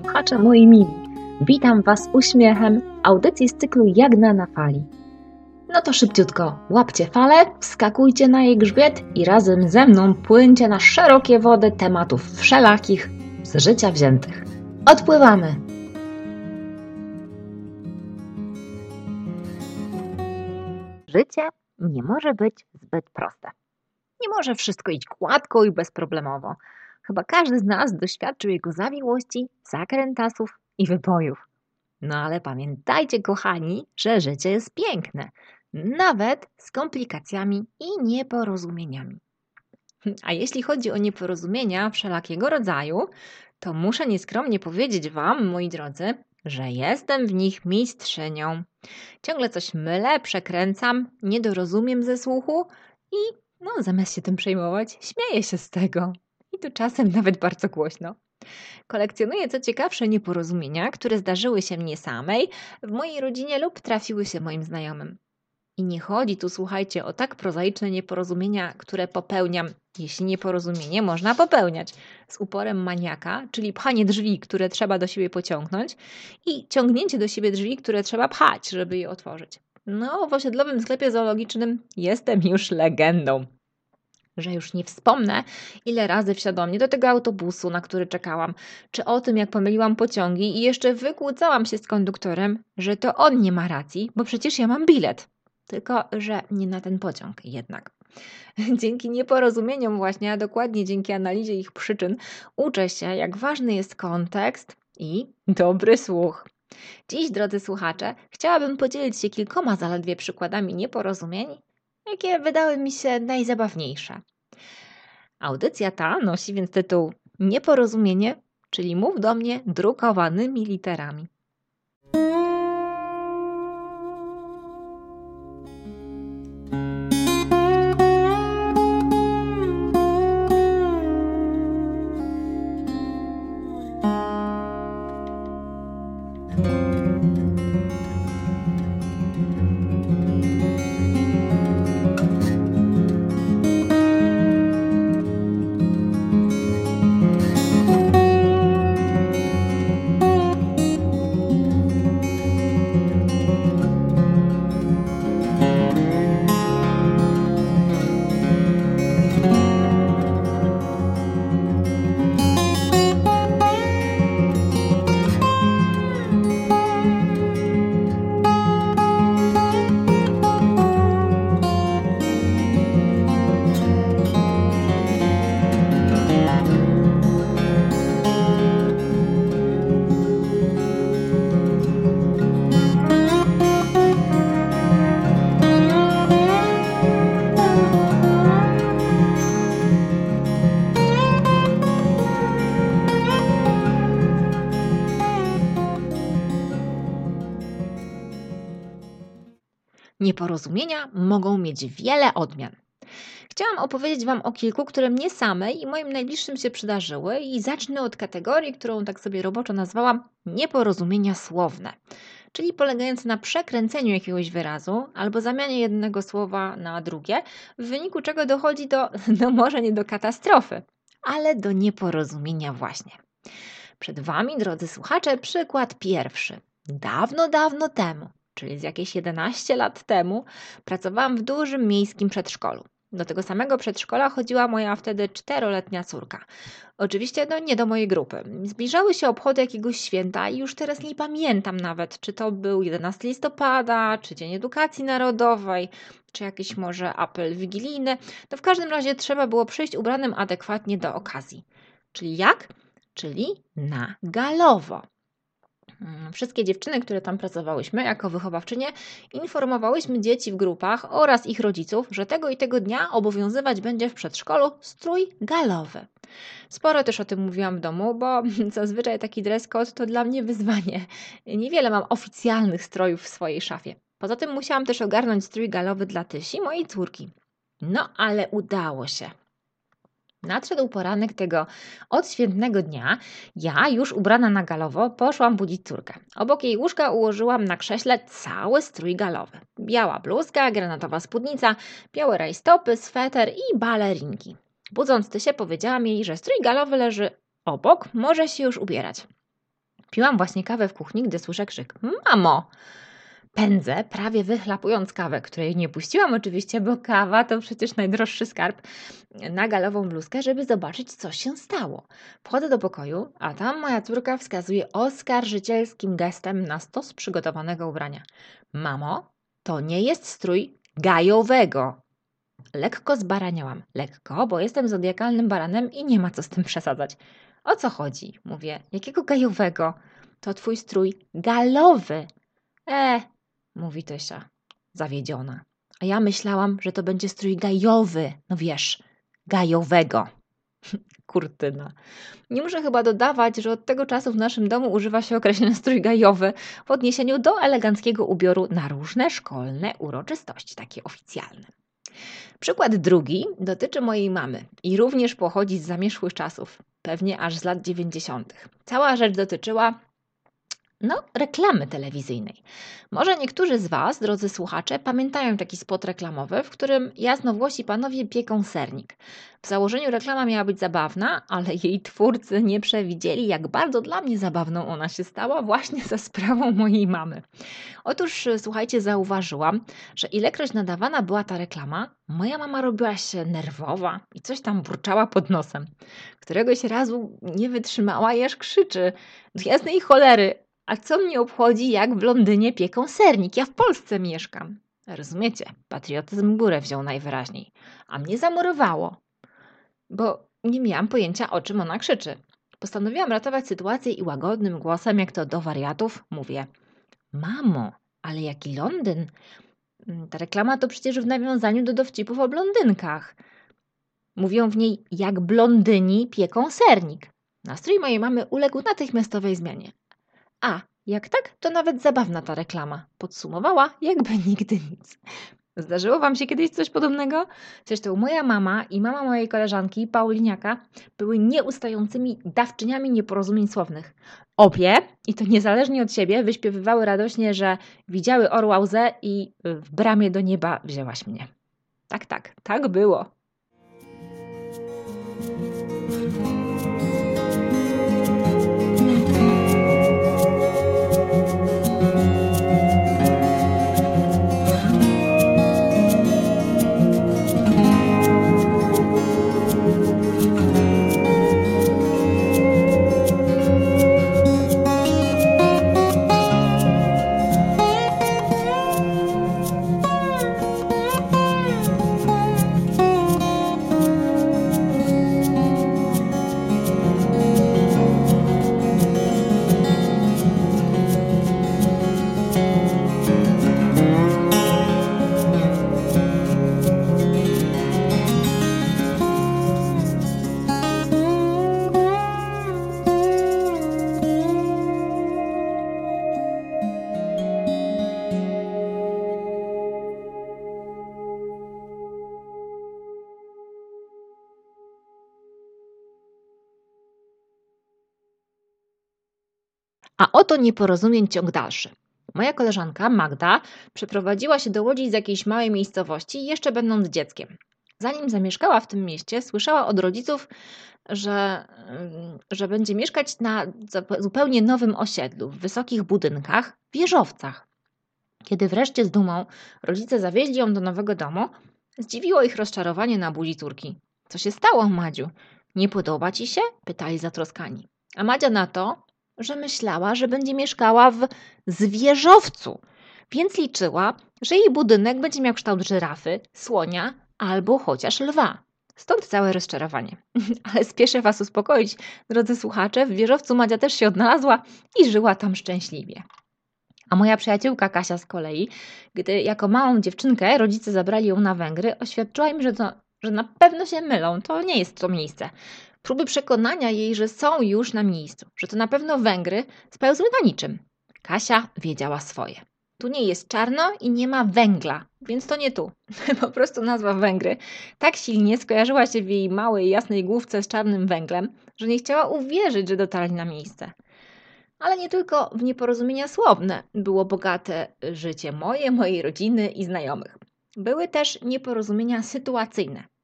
słuchacze moi mili. Witam Was uśmiechem audycji z cyklu Jagna na fali. No to szybciutko, łapcie falę, wskakujcie na jej grzbiet i razem ze mną płyńcie na szerokie wody tematów wszelakich z życia wziętych. Odpływamy! Życie nie może być zbyt proste. Nie może wszystko iść gładko i bezproblemowo. Chyba każdy z nas doświadczył jego zawiłości, zakrętasów i wybojów. No ale pamiętajcie, kochani, że życie jest piękne, nawet z komplikacjami i nieporozumieniami. A jeśli chodzi o nieporozumienia wszelakiego rodzaju, to muszę nieskromnie powiedzieć Wam, moi drodzy, że jestem w nich mistrzynią. Ciągle coś mylę, przekręcam, niedorozumiem ze słuchu i zamiast się tym przejmować, śmieję się z tego. I to czasem nawet bardzo głośno. Kolekcjonuję co ciekawsze nieporozumienia, które zdarzyły się mnie samej, w mojej rodzinie lub trafiły się moim znajomym. I nie chodzi tu, słuchajcie, o tak prozaiczne nieporozumienia, które popełniam, jeśli nieporozumienie można popełniać, z uporem maniaka, czyli pchanie drzwi, które trzeba do siebie pociągnąć i ciągnięcie do siebie drzwi, które trzeba pchać, żeby je otworzyć. No, w osiedlowym sklepie zoologicznym jestem już legendą. Że już nie wspomnę, ile razy wsiadło mnie do tego autobusu, na który czekałam, czy o tym, jak pomyliłam pociągi i jeszcze wykłócałam się z konduktorem, że to on nie ma racji, bo przecież ja mam bilet. Tylko że nie na ten pociąg jednak. Dzięki nieporozumieniom właśnie, a dokładnie dzięki analizie ich przyczyn, uczę się, jak ważny jest kontekst i dobry słuch. Dziś, drodzy słuchacze, chciałabym podzielić się kilkoma zaledwie przykładami nieporozumień, jakie wydały mi się najzabawniejsze. Audycja ta nosi więc tytuł Nieporozumienie, czyli mów do mnie drukowanymi literami. Nieporozumienia mogą mieć wiele odmian. Chciałam opowiedzieć Wam o kilku, które mnie samej i moim najbliższym się przydarzyły i zacznę od kategorii, którą tak sobie roboczo nazwałam nieporozumienia słowne, czyli polegające na przekręceniu jakiegoś wyrazu albo zamianie jednego słowa na drugie, w wyniku czego dochodzi do, może nie do katastrofy, ale do nieporozumienia właśnie. Przed Wami, drodzy słuchacze, przykład pierwszy. Dawno, dawno temu, czyli z jakieś 11 lat temu, pracowałam w dużym miejskim przedszkolu. Do tego samego przedszkola chodziła moja wtedy 4-letnia córka. Oczywiście nie do mojej grupy. Zbliżały się obchody jakiegoś święta i już teraz nie pamiętam nawet, czy to był 11 listopada, czy Dzień Edukacji Narodowej, czy jakiś może apel wigilijny. W każdym razie trzeba było przyjść ubranym adekwatnie do okazji. Czyli jak? Czyli na galowo. Wszystkie dziewczyny, które tam pracowałyśmy jako wychowawczynie, informowałyśmy dzieci w grupach oraz ich rodziców, że tego i tego dnia obowiązywać będzie w przedszkolu strój galowy. Sporo też o tym mówiłam w domu, bo zazwyczaj taki dress code to dla mnie wyzwanie. Niewiele mam oficjalnych strojów w swojej szafie. Poza tym musiałam też ogarnąć strój galowy dla Tysi, mojej córki. No ale udało się. Nadszedł poranek tego odświętnego dnia. Ja, już ubrana na galowo, poszłam budzić córkę. Obok jej łóżka ułożyłam na krześle cały strój galowy. Biała bluzka, granatowa spódnica, białe rajstopy, sweter i balerinki. Budząc Tysię, powiedziałam jej, że strój galowy leży obok, może się już ubierać. Piłam właśnie kawę w kuchni, gdy słyszę krzyk. Mamo! Pędzę, prawie wychlapując kawę, której nie puściłam oczywiście, bo kawa to przecież najdroższy skarb, na galową bluzkę, żeby zobaczyć, co się stało. Wchodzę do pokoju, a tam moja córka wskazuje oskarżycielskim gestem na stos przygotowanego ubrania. Mamo, to nie jest strój gajowego. Lekko zbaraniałam. Lekko, bo jestem zodiakalnym baranem i nie ma co z tym przesadzać. O co chodzi? Mówię. Jakiego gajowego? To twój strój galowy. Mówi Tysia, zawiedziona. A ja myślałam, że to będzie strój gajowy. No wiesz, gajowego. Kurtyna. Nie muszę chyba dodawać, że od tego czasu w naszym domu używa się określenia strój gajowy w odniesieniu do eleganckiego ubioru na różne szkolne uroczystości, takie oficjalne. Przykład drugi dotyczy mojej mamy i również pochodzi z zamierzchłych czasów, pewnie aż z lat 90. Cała rzecz dotyczyła reklamy telewizyjnej. Może niektórzy z Was, drodzy słuchacze, pamiętają taki spot reklamowy, w którym jasnowłosi panowie pieką sernik. W założeniu reklama miała być zabawna, ale jej twórcy nie przewidzieli, jak bardzo dla mnie zabawną ona się stała właśnie za sprawą mojej mamy. Otóż, słuchajcie, zauważyłam, że ilekroć nadawana była ta reklama, moja mama robiła się nerwowa i coś tam burczała pod nosem. Któregoś razu nie wytrzymała i aż krzyczy: do jasnej cholery, a co mnie obchodzi, jak w Londynie pieką sernik? Ja w Polsce mieszkam. Rozumiecie? Patriotyzm górę wziął najwyraźniej. A mnie zamurowało, bo nie miałam pojęcia, o czym ona krzyczy. Postanowiłam ratować sytuację i łagodnym głosem, jak to do wariatów, mówię: mamo, ale jaki Londyn? Ta reklama to przecież w nawiązaniu do dowcipów o blondynkach. Mówią w niej, jak blondyni pieką sernik. Nastrój mojej mamy uległ natychmiastowej zmianie. A, jak tak, to nawet zabawna ta reklama. Podsumowała, jakby nigdy nic. Zdarzyło Wam się kiedyś coś podobnego? Zresztą moja mama i mama mojej koleżanki, Pauliniaka, były nieustającymi dawczyniami nieporozumień słownych. Obie, i to niezależnie od siebie, wyśpiewywały radośnie, że widziały orła łzę i w bramie do nieba wzięłaś mnie. Tak było. A oto nieporozumień ciąg dalszy. Moja koleżanka Magda przeprowadziła się do Łodzi z jakiejś małej miejscowości, jeszcze będąc dzieckiem. Zanim zamieszkała w tym mieście, słyszała od rodziców, że będzie mieszkać na zupełnie nowym osiedlu, w wysokich budynkach, wieżowcach. Kiedy wreszcie z dumą rodzice zawieźli ją do nowego domu, zdziwiło ich rozczarowanie na buzi córki. Co się stało, Madziu? Nie podoba ci się? Pytali zatroskani. A Madzia na to, że myślała, że będzie mieszkała w zwierzowcu, więc liczyła, że jej budynek będzie miał kształt żyrafy, słonia albo chociaż lwa. Stąd całe rozczarowanie. Ale spieszę Was uspokoić, drodzy słuchacze, w wieżowcu Madzia też się odnalazła i żyła tam szczęśliwie. A moja przyjaciółka Kasia z kolei, gdy jako małą dziewczynkę rodzice zabrali ją na Węgry, oświadczyła im, że na pewno się mylą, to nie jest to miejsce. Próby przekonania jej, że są już na miejscu, że to na pewno Węgry, spełzły na niczym. Kasia wiedziała swoje. Tu nie jest czarno i nie ma węgla, więc to nie tu. Po prostu nazwa Węgry tak silnie skojarzyła się w jej małej, jasnej główce z czarnym węglem, że nie chciała uwierzyć, że dotarli na miejsce. Ale nie tylko w nieporozumienia słowne było bogate życie moje, mojej rodziny i znajomych. Były też nieporozumienia sytuacyjne.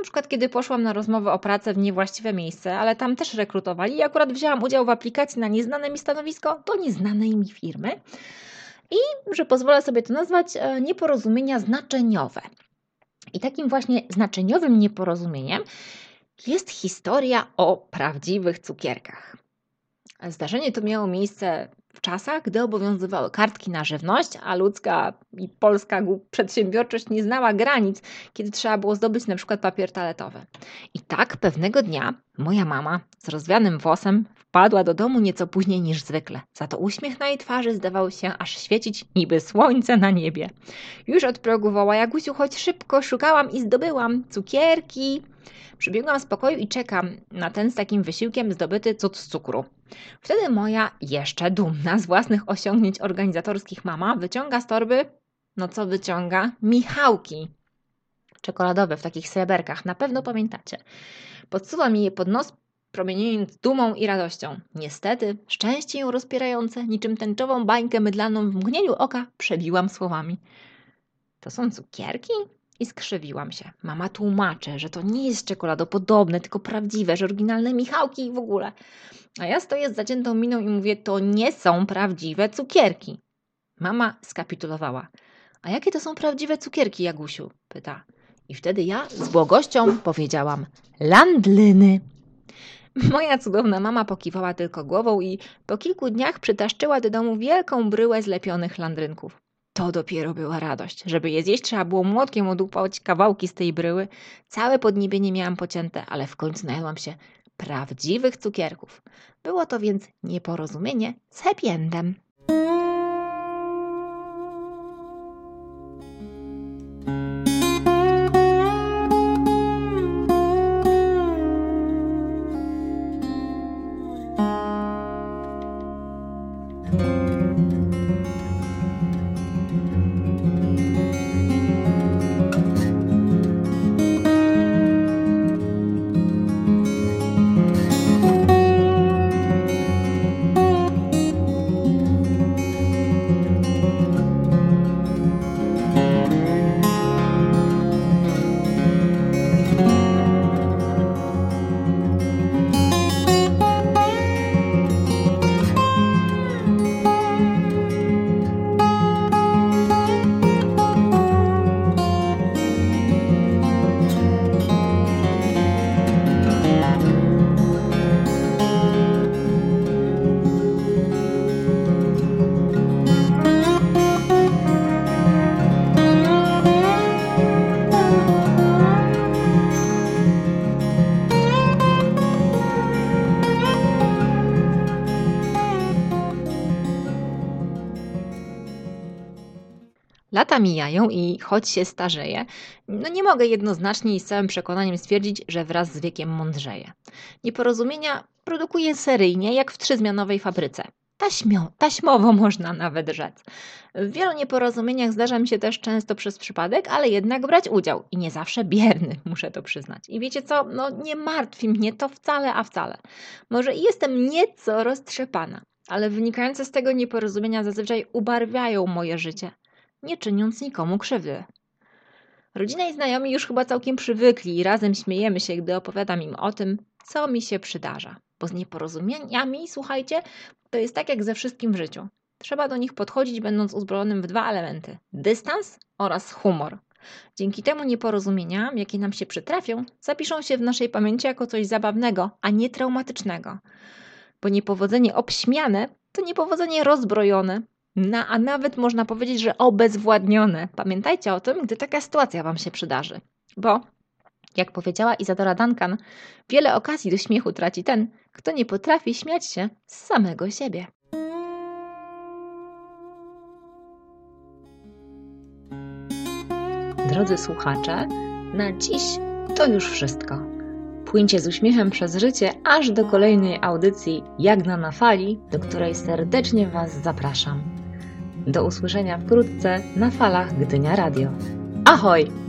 przykład kiedy poszłam na rozmowę o pracę w niewłaściwe miejsce, ale tam też rekrutowali i akurat wzięłam udział w aplikacji na nieznane mi stanowisko do nieznanej mi firmy i, że pozwolę sobie to nazwać, nieporozumienia znaczeniowe. I takim właśnie znaczeniowym nieporozumieniem jest historia o prawdziwych cukierkach. Zdarzenie to miało miejsce w czasach, gdy obowiązywały kartki na żywność, a ludzka i polska przedsiębiorczość nie znała granic, kiedy trzeba było zdobyć na przykład papier toaletowy. I tak pewnego dnia moja mama z rozwianym włosem wpadła do domu nieco później niż zwykle. Za to uśmiech na jej twarzy zdawał się aż świecić niby słońce na niebie. Już od progu woła: Jagusiu, chodź szybko, szukałam i zdobyłam cukierki. Przybiegłam z pokoju i czekam na ten z takim wysiłkiem zdobyty cud z cukru. Wtedy moja, jeszcze dumna z własnych osiągnięć organizatorskich mama, wyciąga z torby, no co wyciąga? Michałki czekoladowe w takich sreberkach, na pewno pamiętacie. Podsuwa mi je pod nos, promieniejąc dumą i radością. Niestety, szczęście ją rozpierające, niczym tęczową bańkę mydlaną w mgnieniu oka przebiłam słowami: to są cukierki? I skrzywiłam się. Mama tłumaczy, że to nie jest czekoladopodobne, tylko prawdziwe, że oryginalne Michałki i w ogóle. A ja stoję z zaciętą miną i mówię: to nie są prawdziwe cukierki. Mama skapitulowała. A jakie to są prawdziwe cukierki, Jagusiu? Pyta. I wtedy ja z błogością powiedziałam: landlyny. Moja cudowna mama pokiwała tylko głową i po kilku dniach przytaszczyła do domu wielką bryłę zlepionych landrynków. To dopiero była radość. Żeby je zjeść, trzeba było młotkiem odłupać kawałki z tej bryły. Całe podniebienie miałam pocięte, ale w końcu najadłam się prawdziwych cukierków. Było to więc nieporozumienie z happy endem. Lata mijają i choć się starzeję, nie mogę jednoznacznie i z całym przekonaniem stwierdzić, że wraz z wiekiem mądrzeję. Nieporozumienia produkuję seryjnie, jak w 3-zmianowej fabryce. Taśmowo można nawet rzec. W wielu nieporozumieniach zdarza mi się też często przez przypadek, ale jednak brać udział. I nie zawsze bierny, muszę to przyznać. I wiecie co? Nie martwi mnie to wcale, a wcale. Może i jestem nieco roztrzepana, ale wynikające z tego nieporozumienia zazwyczaj ubarwiają moje życie, nie czyniąc nikomu krzywdy. Rodzina i znajomi już chyba całkiem przywykli i razem śmiejemy się, gdy opowiadam im o tym, co mi się przydarza. Bo z nieporozumieniami, słuchajcie, to jest tak jak ze wszystkim w życiu. Trzeba do nich podchodzić, będąc uzbrojonym w 2 elementy: dystans oraz humor. Dzięki temu nieporozumienia, jakie nam się przytrafią, zapiszą się w naszej pamięci jako coś zabawnego, a nie traumatycznego. Bo niepowodzenie obśmiane to niepowodzenie rozbrojone, a nawet można powiedzieć, że obezwładnione. Pamiętajcie o tym, gdy taka sytuacja Wam się przydarzy. Bo, jak powiedziała Isadora Duncan, wiele okazji do śmiechu traci ten, kto nie potrafi śmiać się z samego siebie. Drodzy słuchacze, na dziś to już wszystko. Płyńcie z uśmiechem przez życie aż do kolejnej audycji Jagna na fali, do której serdecznie Was zapraszam. Do usłyszenia wkrótce na falach Gdynia Radio. Ahoj!